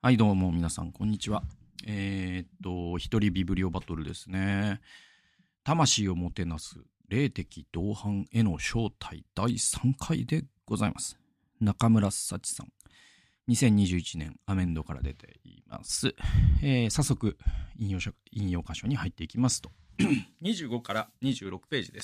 はい、どうも皆さん、こんにちは。一人ビブリオバトルですね。魂をもてなす霊的同伴への招待第3回でございます。中村幸さん。2021年アメンドから出ています。早速引用箇所に入っていきますと、25から26ページです。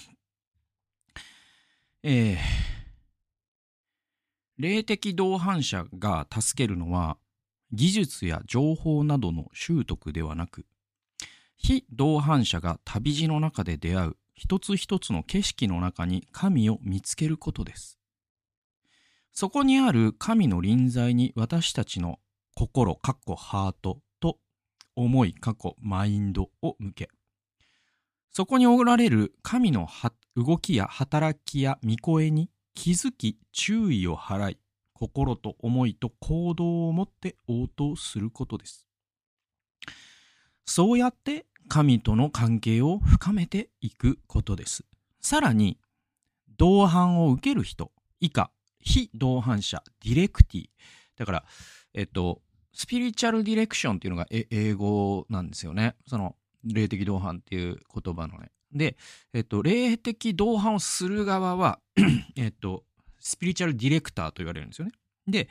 霊的同伴者が助けるのは、技術や情報などの習得ではなく、非同伴者が旅路の中で出会う一つ一つの景色の中に神を見つけることです。そこにある神の臨在に私たちの心ハートと思いマインドを向け、そこにおられる神の動きや働きや御声に気づき注意を払い、心と思いと行動をもって応答することです。そうやって神との関係を深めていくことです。さらに、同伴を受ける人以下、非同伴者、ディレクティ。だから、スピリチュアルディレクションっていうのが英語なんですよね。その、霊的同伴っていう言葉のね。で、霊的同伴をする側は、スピリチュアルディレクターと言われるんですよね。で、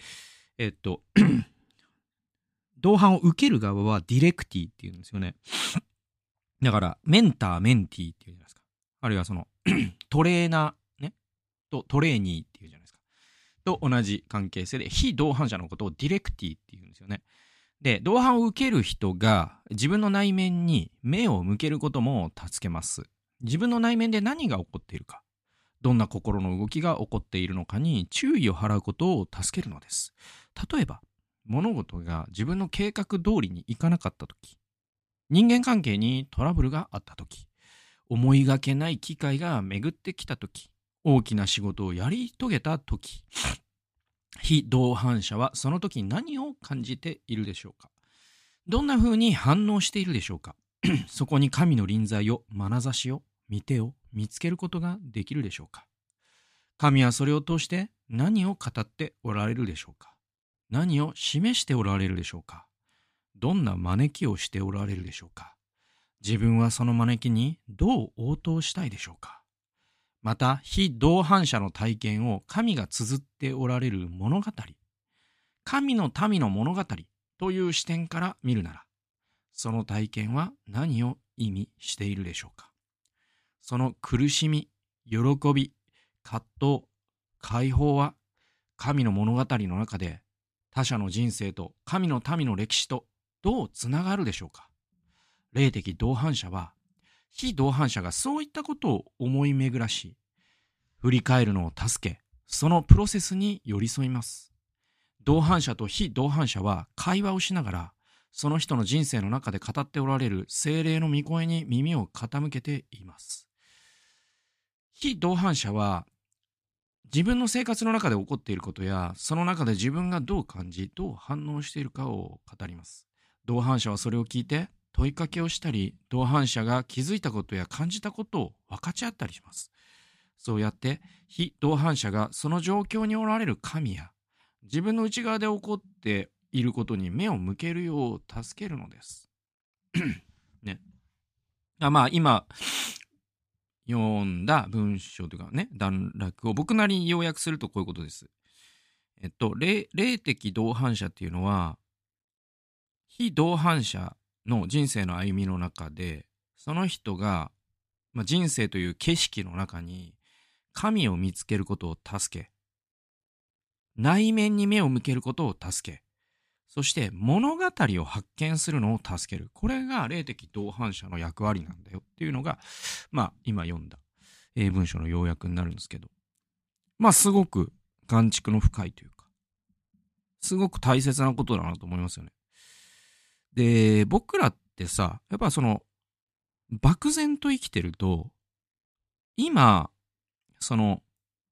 同伴を受ける側はディレクティって言うんですよね。だから、メンター、メンティーって言うじゃないですか。あるいはその、トレーナー、ね、とトレーニーって言うじゃないですか。と同じ関係性で、非同伴者のことをディレクティって言うんですよね。で、同伴を受ける人が自分の内面に目を向けることも助けます。自分の内面で何が起こっているか、どんな心の動きが起こっているのかに注意を払うことを助けるのです。例えば、物事が自分の計画通りにいかなかったとき、人間関係にトラブルがあったとき、思いがけない機会が巡ってきたとき、大きな仕事をやり遂げたとき、非同伴者はその時何を感じているでしょうか。どんな風に反応しているでしょうか。そこに神の臨在を、眼差しを、見てを見つけることができるでしょうか。神はそれを通して何を語っておられるでしょうか。何を示しておられるでしょうか。どんな招きをしておられるでしょうか。自分はその招きにどう応答したいでしょうか。また、非同伴者の体験を神が綴っておられる物語、神の民の物語という視点から見るなら、その体験は何を意味しているでしょうか。その苦しみ、喜び、葛藤、解放は神の物語の中で他者の人生と神の民の歴史とどうつながるでしょうか。霊的同伴者は非同伴者がそういったことを思い巡らし、振り返るのを助け、そのプロセスに寄り添います。同伴者と非同伴者は会話をしながら、その人の人生の中で語っておられる聖霊の御声に耳を傾けています。非同伴者は自分の生活の中で起こっていることや、その中で自分がどう感じ、どう反応しているかを語ります。同伴者はそれを聞いて問いかけをしたり、同伴者が気づいたことや感じたことを分かち合ったりします。そうやって非同伴者がその状況におられる神や自分の内側で起こっていることに目を向けるよう助けるのです。ね。まあ今読んだ文章というかね、段落を僕なりに要約するとこういうことです。霊的同伴者っていうのは、非同伴者の人生の歩みの中で、その人が、人生という景色の中に神を見つけることを助け、内面に目を向けることを助け、そして物語を発見するのを助ける。これが霊的同伴者の役割なんだよっていうのが、今読んだ文章の要約になるんですけど、すごく眼蓄の深いというか、すごく大切なことだなと思いますよね。で、僕らってさ、やっぱその、漠然と生きてると、今、その、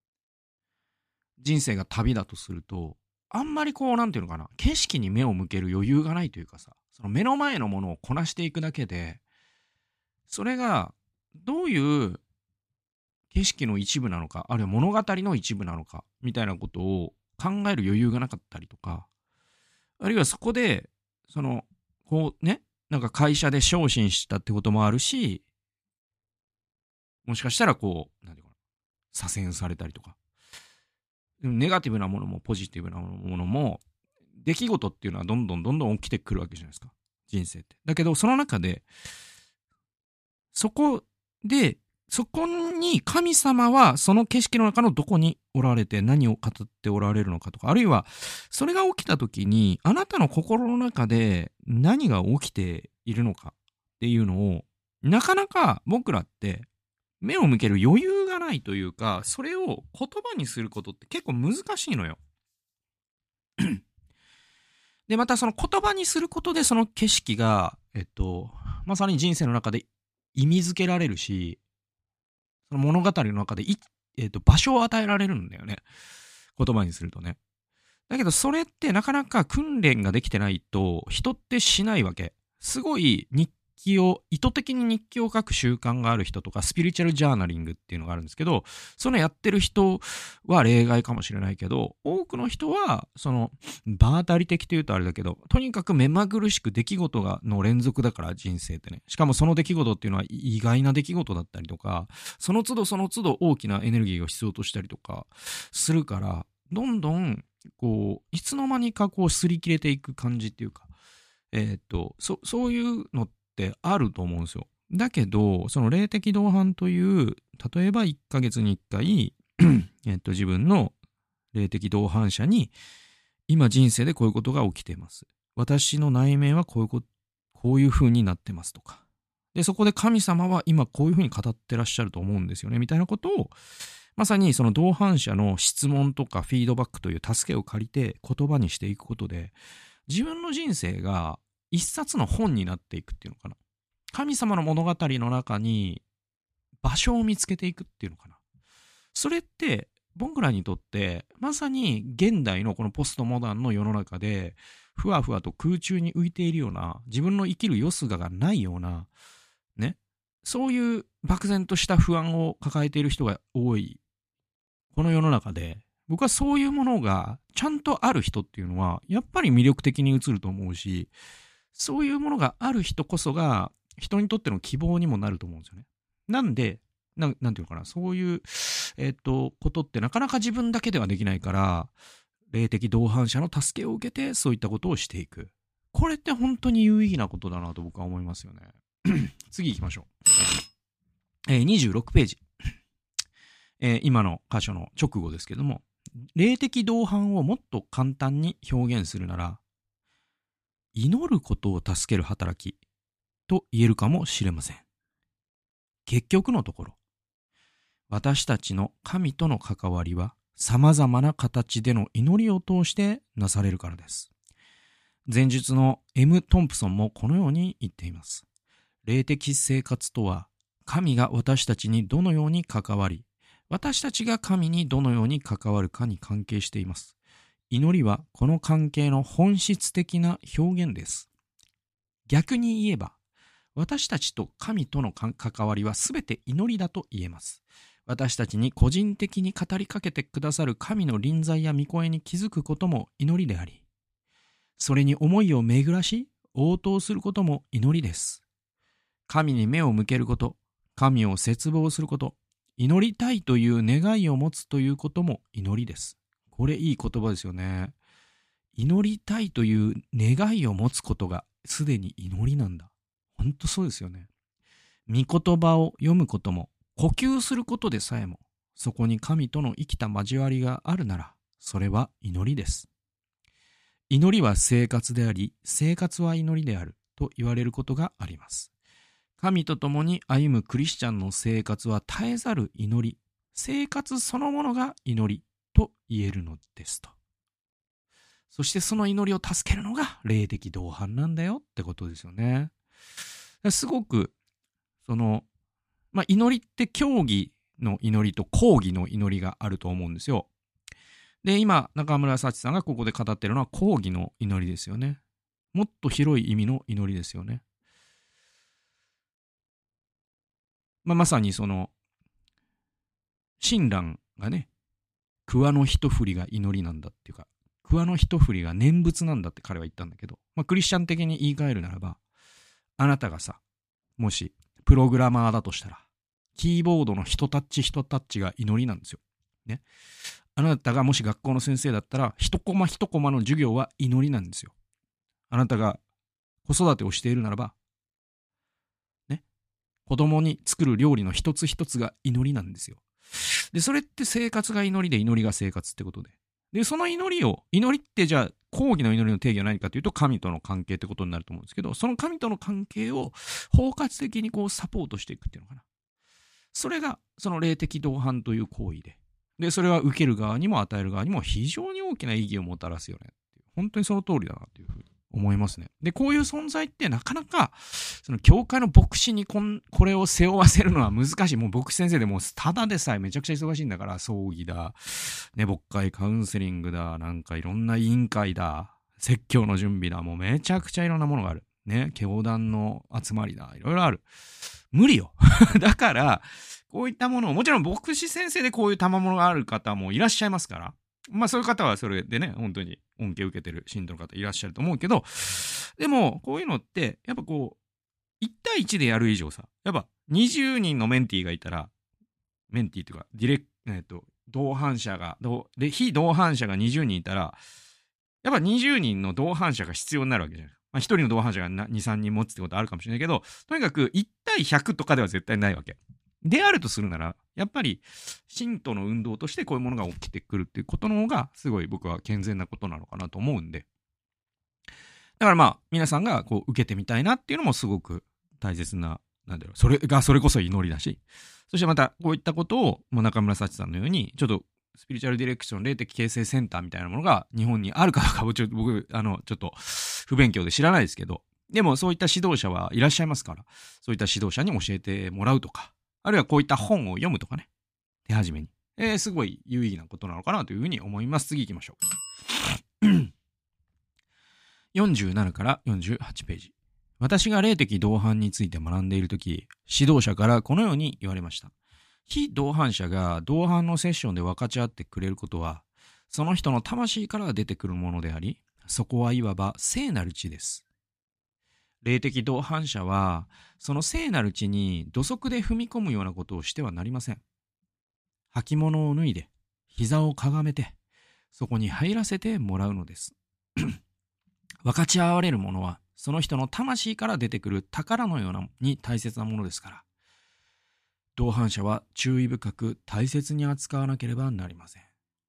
人生が旅だとすると、あんまりこう、なんていうのかな、景色に目を向ける余裕がないというかさ、その目の前のものをこなしていくだけで、それが、どういう景色の一部なのか、あるいは物語の一部なのか、みたいなことを考える余裕がなかったりとか、 あるいはそこで、こうね、なんか会社で昇進したってこともあるし、もしかしたらこう、なんていうかな、左遷されたりとか。ネガティブなものもポジティブなものも、出来事っていうのはどんどんどんどん起きてくるわけじゃないですか。人生って。だけど、その中で、そこで、そこに神様はその景色の中のどこにおられて何を語っておられるのかとか、あるいはそれが起きた時にあなたの心の中で何が起きているのかっていうのをなかなか僕らって目を向ける余裕がないというか、それを言葉にすることって結構難しいのよ。で、またその言葉にすることでその景色が、まさに人生の中で意味づけられるし、その物語の中で場所を与えられるんだよね。言葉にするとね。だけどそれってなかなか訓練ができてないと人ってしないわけ。すごい意図的に日記を書く習慣がある人とか、スピリチュアルジャーナリングっていうのがあるんですけど、そのやってる人は例外かもしれないけど、多くの人は、場当たり的というとあれだけど、とにかく目まぐるしく出来事の連続だから人生ってね。しかもその出来事っていうのは意外な出来事だったりとか、その都度その都度大きなエネルギーを必要としたりとかするから、どんどん、いつの間にか擦り切れていく感じっていうか、そういうのってあると思うんですよ。だけど、その霊的同伴という、例えば1ヶ月に1回、自分の霊的同伴者に、今人生でこういうことが起きています。私の内面はこういう風になってますとか。で、そこで神様は今こういう風に語ってらっしゃると思うんですよね、みたいなことを、まさにその同伴者の質問とかフィードバックという助けを借りて言葉にしていくことで、自分の人生が一冊の本になっていくっていうのかな。神様の物語の中に場所を見つけていくっていうのかな。それって僕らにとってまさに現代のこのポストモダンの世の中でふわふわと空中に浮いているような、自分の生きるよすががないようなね、そういう漠然とした不安を抱えている人が多いこの世の中で、僕はそういうものがちゃんとある人っていうのはやっぱり魅力的に映ると思うし、そういうものがある人こそが人にとっての希望にもなると思うんですよね。なんで、なんていうのかな、そういう、ことってなかなか自分だけではできないから、霊的同伴者の助けを受けてそういったことをしていく。これって本当に有意義なことだなと僕は思いますよね。次行きましょう。26ページ。今の箇所の直後ですけども、霊的同伴をもっと簡単に表現するなら、祈ることを助ける働きと言えるかもしれません。結局のところ、私たちの神との関わりは様々な形での祈りを通してなされるからです。前述の M. トンプソンもこのように言っています。霊的生活とは、神が私たちにどのように関わり、私たちが神にどのように関わるかに関係しています。祈りはこの関係の本質的な表現です。逆に言えば、私たちと神との関わりはすべて祈りだと言えます。私たちに個人的に語りかけてくださる神の臨在や御声に気づくことも祈りであり、それに思いを巡らし、応答することも祈りです。神に目を向けること、神を切望すること、祈りたいという願いを持つということも祈りです。これいい言葉ですよね。祈りたいという願いを持つことがすでに祈りなんだ。本当そうですよね。御言葉を読むことも、呼吸することでさえも、そこに神との生きた交わりがあるなら、それは祈りです。祈りは生活であり、生活は祈りであると言われることがあります。神と共に歩むクリスチャンの生活は絶えざる祈り、生活そのものが祈りと言えるのですと。そしてその祈りを助けるのが霊的同伴なんだよってことですよね。すごく、祈りって教義の祈りと講義の祈りがあると思うんですよ。で、今、中村幸さんがここで語ってるのは講義の祈りですよね。もっと広い意味の祈りですよね。まさに親鸞がね、桑の一振りが祈りなんだっていうか、 桑の一振りが念仏なんだって彼は言ったんだけど、クリスチャン的に言い換えるならば、あなたがさ、もしプログラマーだとしたら、キーボードの一タッチ一タッチが祈りなんですよ。ね。あなたがもし学校の先生だったら、一コマ一コマの授業は祈りなんですよ。あなたが子育てをしているならば、ね。子供に作る料理の一つ一つが祈りなんですよ。で、それって生活が祈りで祈りが生活ってことで。で、その祈りってじゃあ、講義の祈りの定義は何かというと、神との関係ってことになると思うんですけど、その神との関係を包括的にこうサポートしていくっていうのかな。それが、その霊的同伴という行為で。で、それは受ける側にも与える側にも非常に大きな意義をもたらすよね。本当にその通りだなというふうに思いますね。で、こういう存在ってなかなか、その教会の牧師にこれを背負わせるのは難しい。もう牧師先生でもうただでさえめちゃくちゃ忙しいんだから、葬儀だ、ね、牧会カウンセリングだ、なんかいろんな委員会だ、説教の準備だ、もうめちゃくちゃいろんなものがある。ね、教団の集まりだ、いろいろある。無理よ。だから、こういったものを、もちろん牧師先生でこういう賜物がある方もいらっしゃいますから、そういう方はそれでね、本当に恩恵を受けてる信徒の方いらっしゃると思うけど、でも、こういうのって、やっぱこう、1対1でやる以上さ、やっぱ20人のメンティーがいたら、メンティーっていうか、同伴者が、非同伴者が20人いたら、やっぱ20人の同伴者が必要になるわけじゃない。1人の同伴者が2、3人持つってことあるかもしれないけど、とにかく1対100とかでは絶対ないわけ。であるとするなら、やっぱり、信徒の運動としてこういうものが起きてくるっていうことの方が、すごい僕は健全なことなのかなと思うんで。だから皆さんがこう受けてみたいなっていうのもすごく大切な、それこそ祈りだし。そしてまた、こういったことを、中村幸さんのように、ちょっと、スピリチュアルディレクション霊的形成センターみたいなものが日本にあるかどうか僕、ちょっと不勉強で知らないですけど、でもそういった指導者はいらっしゃいますから、そういった指導者に教えてもらうとか、あるいはこういった本を読むとかね、手始めに。すごい有意義なことなのかなというふうに思います。次行きましょう。47から48ページ。私が霊的同伴について学んでいるとき、指導者からこのように言われました。非同伴者が同伴のセッションで分かち合ってくれることは、その人の魂から出てくるものであり、そこはいわば聖なる地です。霊的同伴者は、その聖なる地に土足で踏み込むようなことをしてはなりません。履物を脱いで、膝をかがめて、そこに入らせてもらうのです。分かち合われるものは、その人の魂から出てくる宝のように大切なものですから、同伴者は注意深く大切に扱わなければなりません。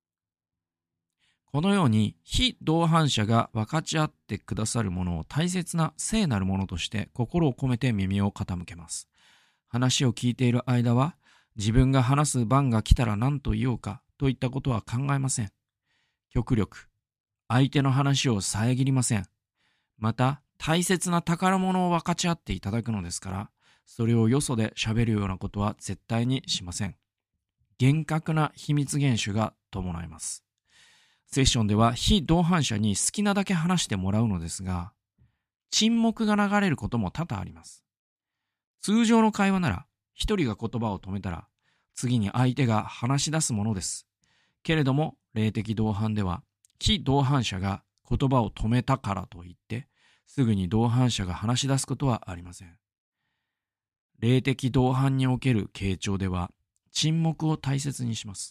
このように非同伴者が分かち合ってくださるものを大切な聖なるものとして心を込めて耳を傾けます。話を聞いている間は自分が話す番が来たら何と言おうかといったことは考えません。極力相手の話を遮りません。また大切な宝物を分かち合っていただくのですから、それをよそで喋るようなことは絶対にしません。厳格な秘密厳守が伴います。セッションでは非同伴者に好きなだけ話してもらうのですが、沈黙が流れることも多々あります。通常の会話なら、一人が言葉を止めたら、次に相手が話し出すものです。けれども、霊的同伴では、非同伴者が言葉を止めたからといって、すぐに同伴者が話し出すことはありません。霊的同伴における傾聴では、沈黙を大切にします。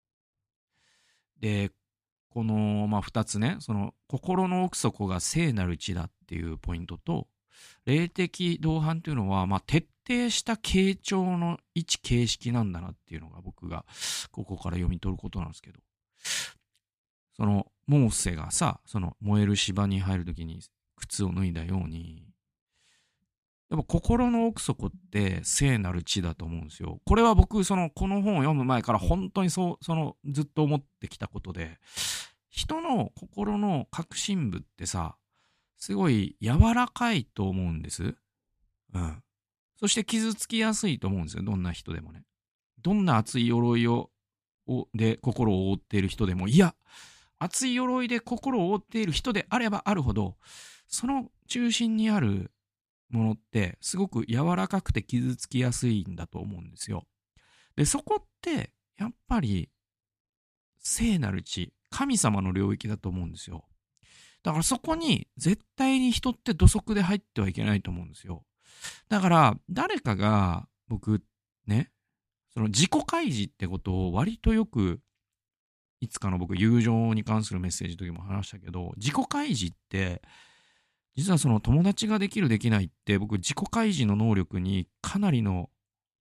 で、この、二つね、その、心の奥底が聖なる地だっていうポイントと、霊的同伴というのは、徹底した傾聴の一形式なんだなっていうのが僕が、ここから読み取ることなんですけど、その、モーセがさ、その、燃える芝に入るときに靴を脱いだように、やっぱ心の奥底って聖なる地だと思うんですよ。これは僕、この本を読む前から本当にずっと思ってきたことで、人の心の核心部ってさ、すごい柔らかいと思うんです。うん。そして傷つきやすいと思うんですよ。どんな人でもね。どんな厚い鎧で心を覆っている人でも、いや、厚い鎧で心を覆っている人であればあるほど、その中心にあるものってすごく柔らかくて傷つきやすいんだと思うんですよ。で、そこってやっぱり聖なる地、 神様の領域だと思うんですよ。だからそこに絶対に人って土足で入ってはいけないと思うんですよ。だから誰かが僕ね、その自己開示ってことを割とよくいつかの僕友情に関するメッセージの時も話したけど、自己開示って実はその友達ができるできないって僕自己開示の能力にかなりの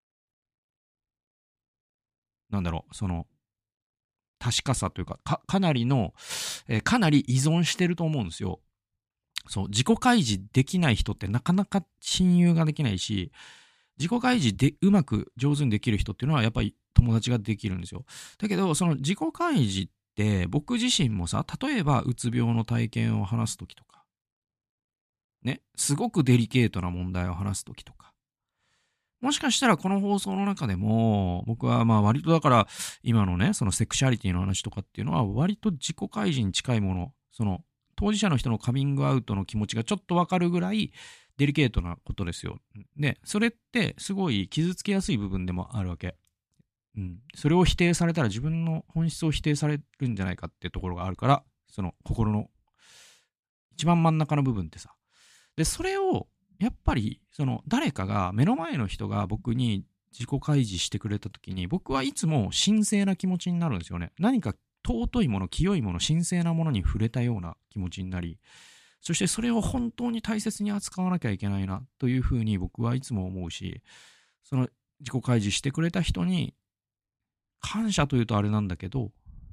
その確かさというか、かなりの、かなり依存してると思うんですよ。そう、自己開示できない人ってなかなか親友ができないし、自己開示でうまく上手にできる人っていうのはやっぱり友達ができるんですよ。だけど、その自己開示って僕自身もさ、例えばうつ病の体験を話すときとか、ね、すごくデリケートな問題を話すときとか、もしかしたらこの放送の中でも、僕はまあ割とだから今のね、そのセクシャリティの話とかっていうのは割と自己開示に近いもの、その当事者の人のカミングアウトの気持ちがちょっとわかるぐらいデリケートなことですよ。で、それってすごい傷つきやすい部分でもあるわけ。それを否定されたら自分の本質を否定されるんじゃないかっていうところがあるから、その心の一番真ん中の部分ってさ。で、それをやっぱりその誰かが目の前の人が僕に自己開示してくれた時に僕はいつも神聖な気持ちになるんですよね。何か尊いもの、清いもの、神聖なものに触れたような気持ちになり、そしてそれを本当に大切に扱わなきゃいけないなというふうに僕はいつも思うし、その自己開示してくれた人に感謝というとあれなんだけど、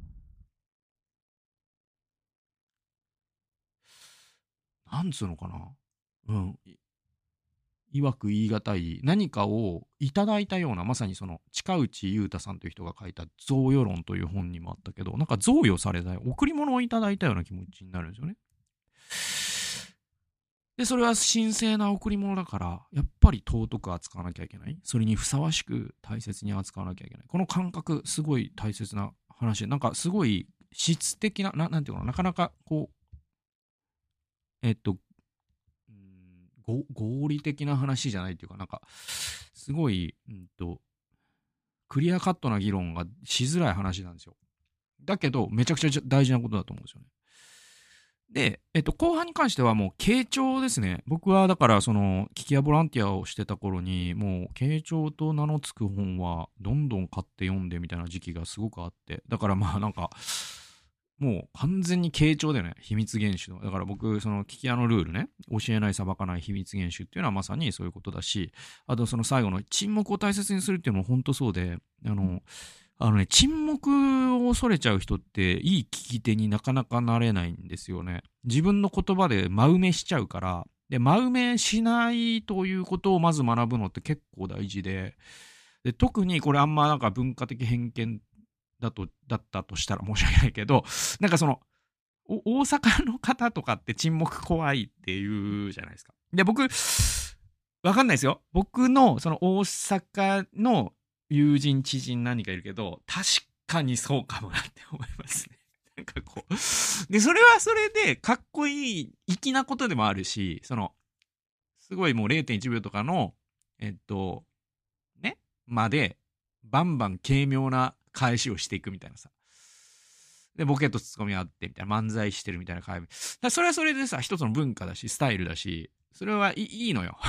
なんつうのかな。曰く言い難い何かをいただいたような、まさにその近内裕太さんという人が書いた贈与論という本にもあったけど、なんか贈与された贈り物をいただいたような気持ちになるんですよね。で、それは神聖な贈り物だから、やっぱり尊く扱わなきゃいけない。それにふさわしく大切に扱わなきゃいけない。この感覚、すごい大切な話で、なんかすごい質的な、なんていうの、なかなかこう、合理的な話じゃないっていうか、なんか、すごい、クリアカットな議論がしづらい話なんですよ。だけど、めちゃくちゃ大事なことだと思うんですよね。で、後半に関してはもう傾聴ですね。僕はだからその聞き屋ボランティアをしてた頃にもう傾聴と名の付く本はどんどん買って読んでみたいな時期がすごくあって、だからまあなんかもう完全に傾聴だよね。秘密厳守の。だから僕その聞き屋のルールね、教えない裁かない秘密厳守っていうのはまさにそういうことだし、あとその最後の沈黙を大切にするっていうのも本当そうで、沈黙を恐れちゃう人っていい聞き手になかなかなれないんですよね。自分の言葉で真埋めしちゃうから、で、真埋めしないということをまず学ぶのって結構大事で、特にこれあんまなんか文化的偏見だったとしたら申し訳ないけど、なんかその、大阪の方とかって沈黙怖いって言うじゃないですか。で、僕、わかんないですよ。僕のその大阪の友人、知人何かいるけど、確かにそうかもなって思いますね。なんかこう。で、それはそれでかっこいい、粋なことでもあるし、その、すごいもう 0.1 秒とかの、ね、まで、バンバン軽妙な返しをしていくみたいなさ。で、ボケとツッコミあってみたいな、漫才してるみたいな会話。それはそれでさ、一つの文化だし、スタイルだし、それはいいのよ。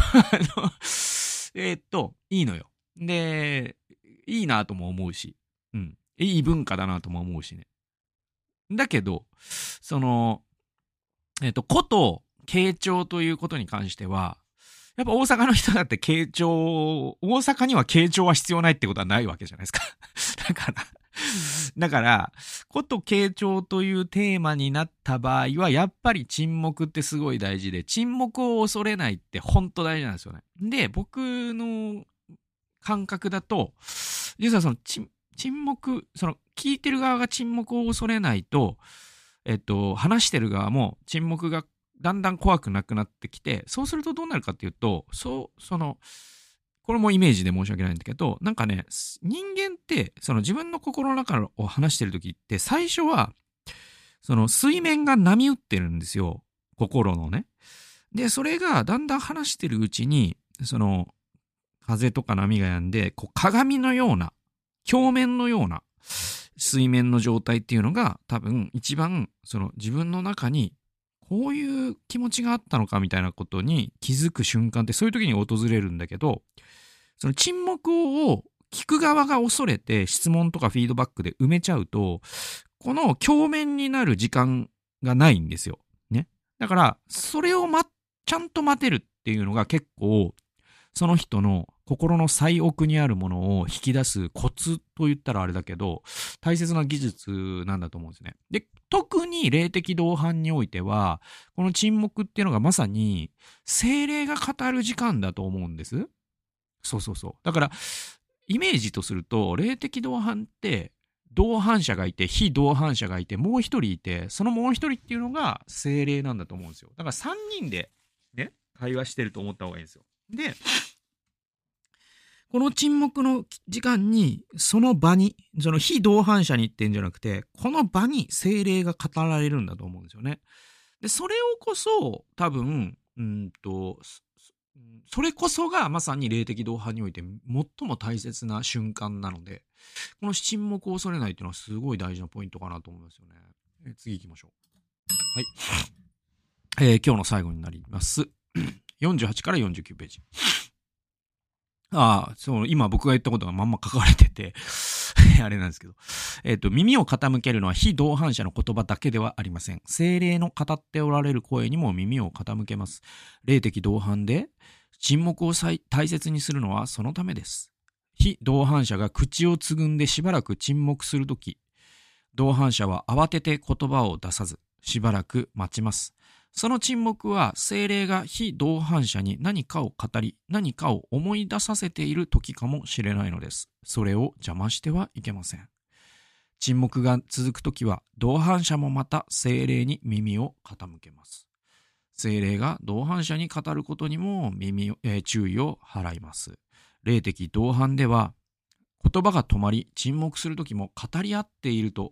いいのよ。で、いいなとも思うし、いい文化だなとも思うしね。だけど、その、こと、傾聴ということに関しては、やっぱ大阪の人だって傾聴、大阪には傾聴は必要ないってことはないわけじゃないですか。だから、こと傾聴というテーマになった場合は、やっぱり沈黙ってすごい大事で、沈黙を恐れないって本当大事なんですよね。で、僕の感覚だと、実はその沈黙、その聞いてる側が沈黙を恐れないと、話してる側も沈黙がだんだん怖くなくなってきて、そうするとどうなるかっていうと、これもイメージで申し訳ないんだけど、なんかね、人間って、その自分の心の中を話してるときって、最初は、その水面が波打ってるんですよ。心のね。で、それがだんだん話してるうちに、その、風とか波が止んで、こう鏡のような、鏡面のような、 水面の状態っていうのが多分一番その自分の中にこういう気持ちがあったのかみたいなことに気づく瞬間ってそういう時に訪れるんだけど、その沈黙を聞く側が恐れて質問とかフィードバックで埋めちゃうと、この鏡面になる時間がないんですよ。ね。だから、それをちゃんと待てるっていうのが結構、その人の心の最奥にあるものを引き出すコツと言ったらあれだけど、大切な技術なんだと思うんですね。で、特に霊的同伴においては、この沈黙っていうのがまさに精霊が語る時間だと思うんです。そうそうそう。だから、イメージとすると、霊的同伴って、同伴者がいて、非同伴者がいて、もう一人いて、そのもう一人っていうのが精霊なんだと思うんですよ。だから3人でね、会話してると思った方がいいんですよ。で、この沈黙の時間に、その場に、その非同伴者にってんじゃなくて、この場に精霊が語られるんだと思うんですよね。で、それをこそ、多分、それこそがまさに霊的同伴において最も大切な瞬間なので、この沈黙を恐れないっていうのはすごい大事なポイントかなと思いますよね。次行きましょう。はい。今日の最後になります。48から49ページ。今僕が言ったことがまんま書かれててあれなんですけど。耳を傾けるのは非同伴者の言葉だけではありません。精霊の語っておられる声にも耳を傾けます。霊的同伴で沈黙を大切にするのはそのためです。非同伴者が口をつぐんでしばらく沈黙するとき、同伴者は慌てて言葉を出さず、しばらく待ちます。その沈黙は精霊が非同伴者に何かを語り、何かを思い出させている時かもしれないのです。それを邪魔してはいけません。沈黙が続く時は、同伴者もまた精霊に耳を傾けます。精霊が同伴者に語ることにも注意を払います。霊的同伴では、言葉が止まり沈黙する時も語り合っている時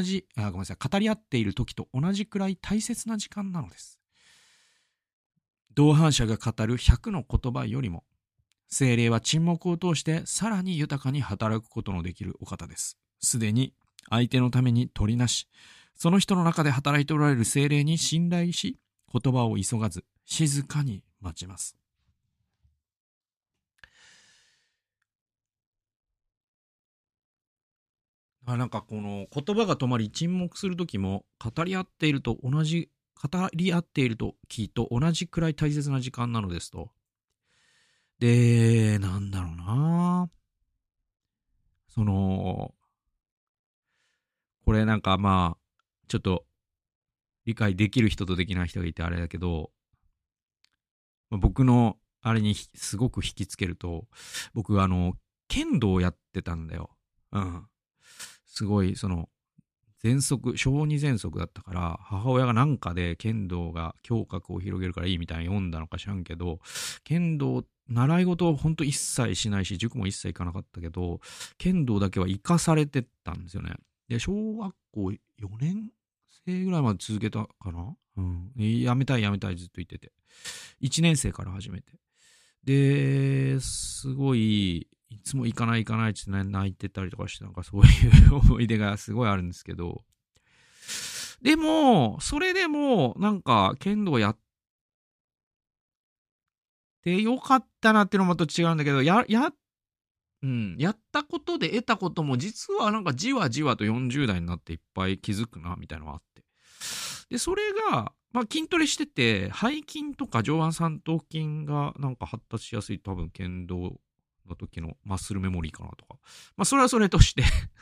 と同じくらい大切な時間なのです。同伴者が語る100の言葉よりも、精霊は沈黙を通してさらに豊かに働くことのできるお方です。すでに相手のために取りなし、その人の中で働いておられる精霊に信頼し、言葉を急がず静かに待ちます。なんかこの言葉が止まり沈黙するときも語り合っている時と同じくらい大切な時間なのですと。で、なんだろうな。これなんかちょっと理解できる人とできない人がいてあれだけど、僕のあれにすごく引きつけると、僕剣道をやってたんだよ。うん。すごい、小児喘息だったから、母親がなんかで剣道が胸郭を広げるからいいみたいな読んだのか知らんけど、剣道、習い事をほんと一切しないし、塾も一切行かなかったけど、剣道だけは生かされてたんですよね。で、小学校4年生ぐらいまで続けたかな。うん。やめたいずっと言ってて。1年生から始めて。で、すごい、いつも行かないって泣いてたりとかして、なんかそういう思い出がすごいあるんですけど、でも、それでも、なんか、剣道やってよかったなっていうのもまた違うんだけど、やったことで得たことも、実はなんかじわじわと40代になっていっぱい気づくな、みたいなのがあって。で、それが、筋トレしてて、背筋とか上腕三頭筋がなんか発達しやすい、多分剣道の時のマッスルメモリーかなとか。それはそれとして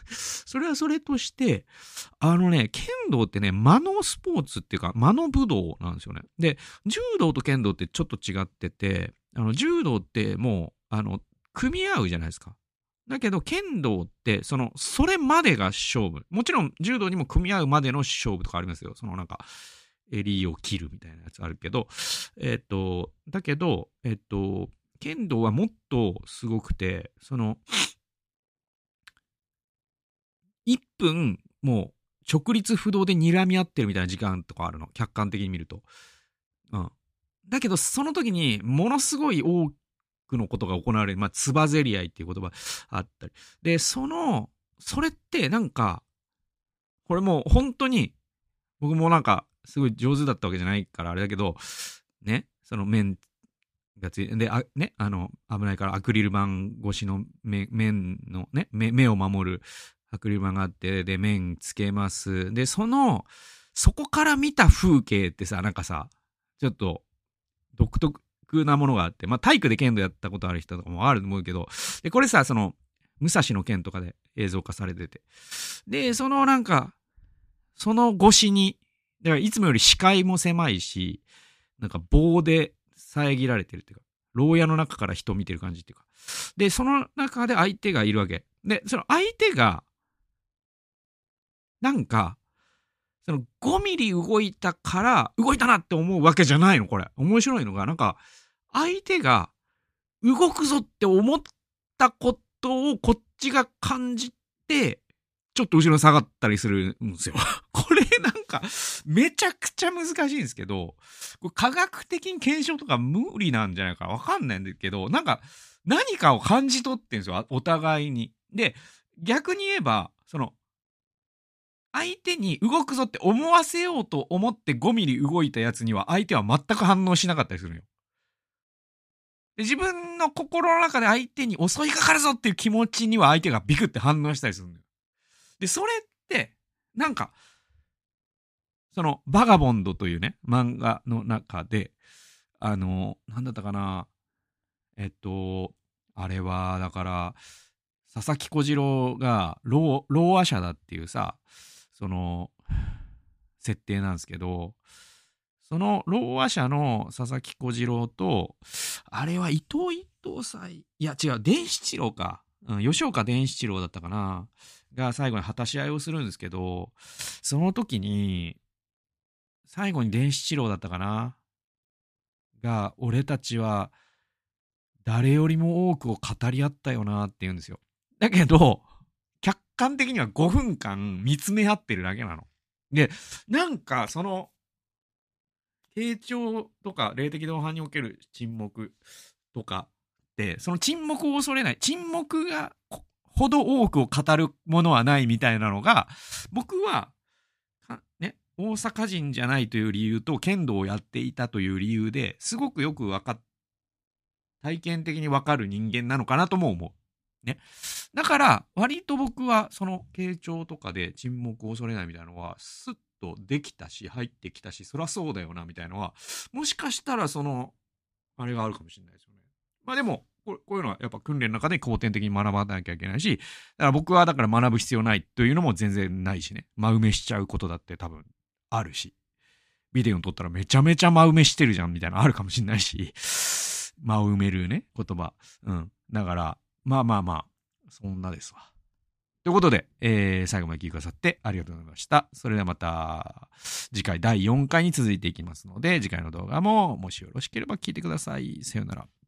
剣道ってね、間のスポーツっていうか、間の武道なんですよね。で、柔道と剣道ってちょっと違ってて、柔道ってもう、組み合うじゃないですか。だけど、剣道って、それまでが勝負。もちろん、柔道にも組み合うまでの勝負とかありますよ。襟を切るみたいなやつあるけど、だけど、剣道はもっとすごくて、1分、もう、直立不動で睨み合ってるみたいな時間とかあるの。客観的に見ると。うん。だけど、その時に、ものすごい多くのことが行われる。つばぜり合いっていう言葉あったり。で、それってなんか、 これもう本当に、僕もなんか、すごい上手だったわけじゃないからあれだけど、ね、その面がついて、で、危ないからアクリル板越しの面のね、目を守るアクリル板があって、で、面つけます。で、そこから見た風景ってさ、なんかさ、ちょっと独特なものがあって、まあ、体育で剣道やったことある人とかもあると思うけど、で、これさ、その、武蔵の剣とかで映像化されてて。で、そのなんか、その越しに、だからいつもより視界も狭いし、なんか棒で遮られてるっていうか、牢屋の中から人を見てる感じっていうか。で、その中で相手がいるわけ。で、その相手が、なんか、その5ミリ動いたから動いたなって思うわけじゃないの、これ。面白いのが、なんか、相手が動くぞって思ったことをこっちが感じて、ちょっと後ろに下がったりするんですよ。これなんか、めちゃくちゃ難しいんですけど、これ科学的に検証とか無理なんじゃないかわかんないんだけど、なんか、何かを感じ取ってんですよ、お互いに。で、逆に言えば、その、相手に動くぞって思わせようと思って5ミリ動いたやつには相手は全く反応しなかったりするのよ。で、自分の心の中で相手に襲いかかるぞっていう気持ちには相手がビクって反応したりするのよ。で、それって、なんか、その、バガボンドというね、漫画の中で、なんだったかな、あれは、だから、佐々木小次郎が、ろう話者だっていうさ、その、設定なんですけど、その、ろう話者の佐々木小次郎と、あれは伊藤斎、いや違う、伝七郎か。吉岡伝七郎だったかな。が最後に果たし合いをするんですけど、その時に、最後に伝七郎だったかな。が、俺たちは、誰よりも多くを語り合ったよなって言うんですよ。だけど、客観的には5分間見つめ合ってるだけなの。で、なんかその、傾聴とか霊的同伴における沈黙とかって、その沈黙を恐れない、沈黙がほど多くを語るものはないみたいなのが、僕は、ね、大阪人じゃないという理由と剣道をやっていたという理由ですごくよく体験的に分かる人間なのかなとも思う。ね。だから、割と僕は、その、傾聴とかで沈黙を恐れないみたいなのは、スッとできたし、入ってきたし、そりゃそうだよな、みたいなのは、もしかしたら、その、あれがあるかもしれないですよね。まあでも、こういうのはやっぱ訓練の中で後天的に学ばなきゃいけないし、だから僕はだから学ぶ必要ないというのも全然ないしね。真埋めしちゃうことだって多分あるし。ビデオに撮ったらめちゃめちゃ真埋めしてるじゃんみたいなのあるかもしれないし。間を埋めるね、言葉。うん。だから、まあ、そんなですわ。ということで、最後まで聞いてくださってありがとうございました。それではまた、次回第4回に続いていきますので、次回の動画ももしよろしければ聞いてください。さよなら。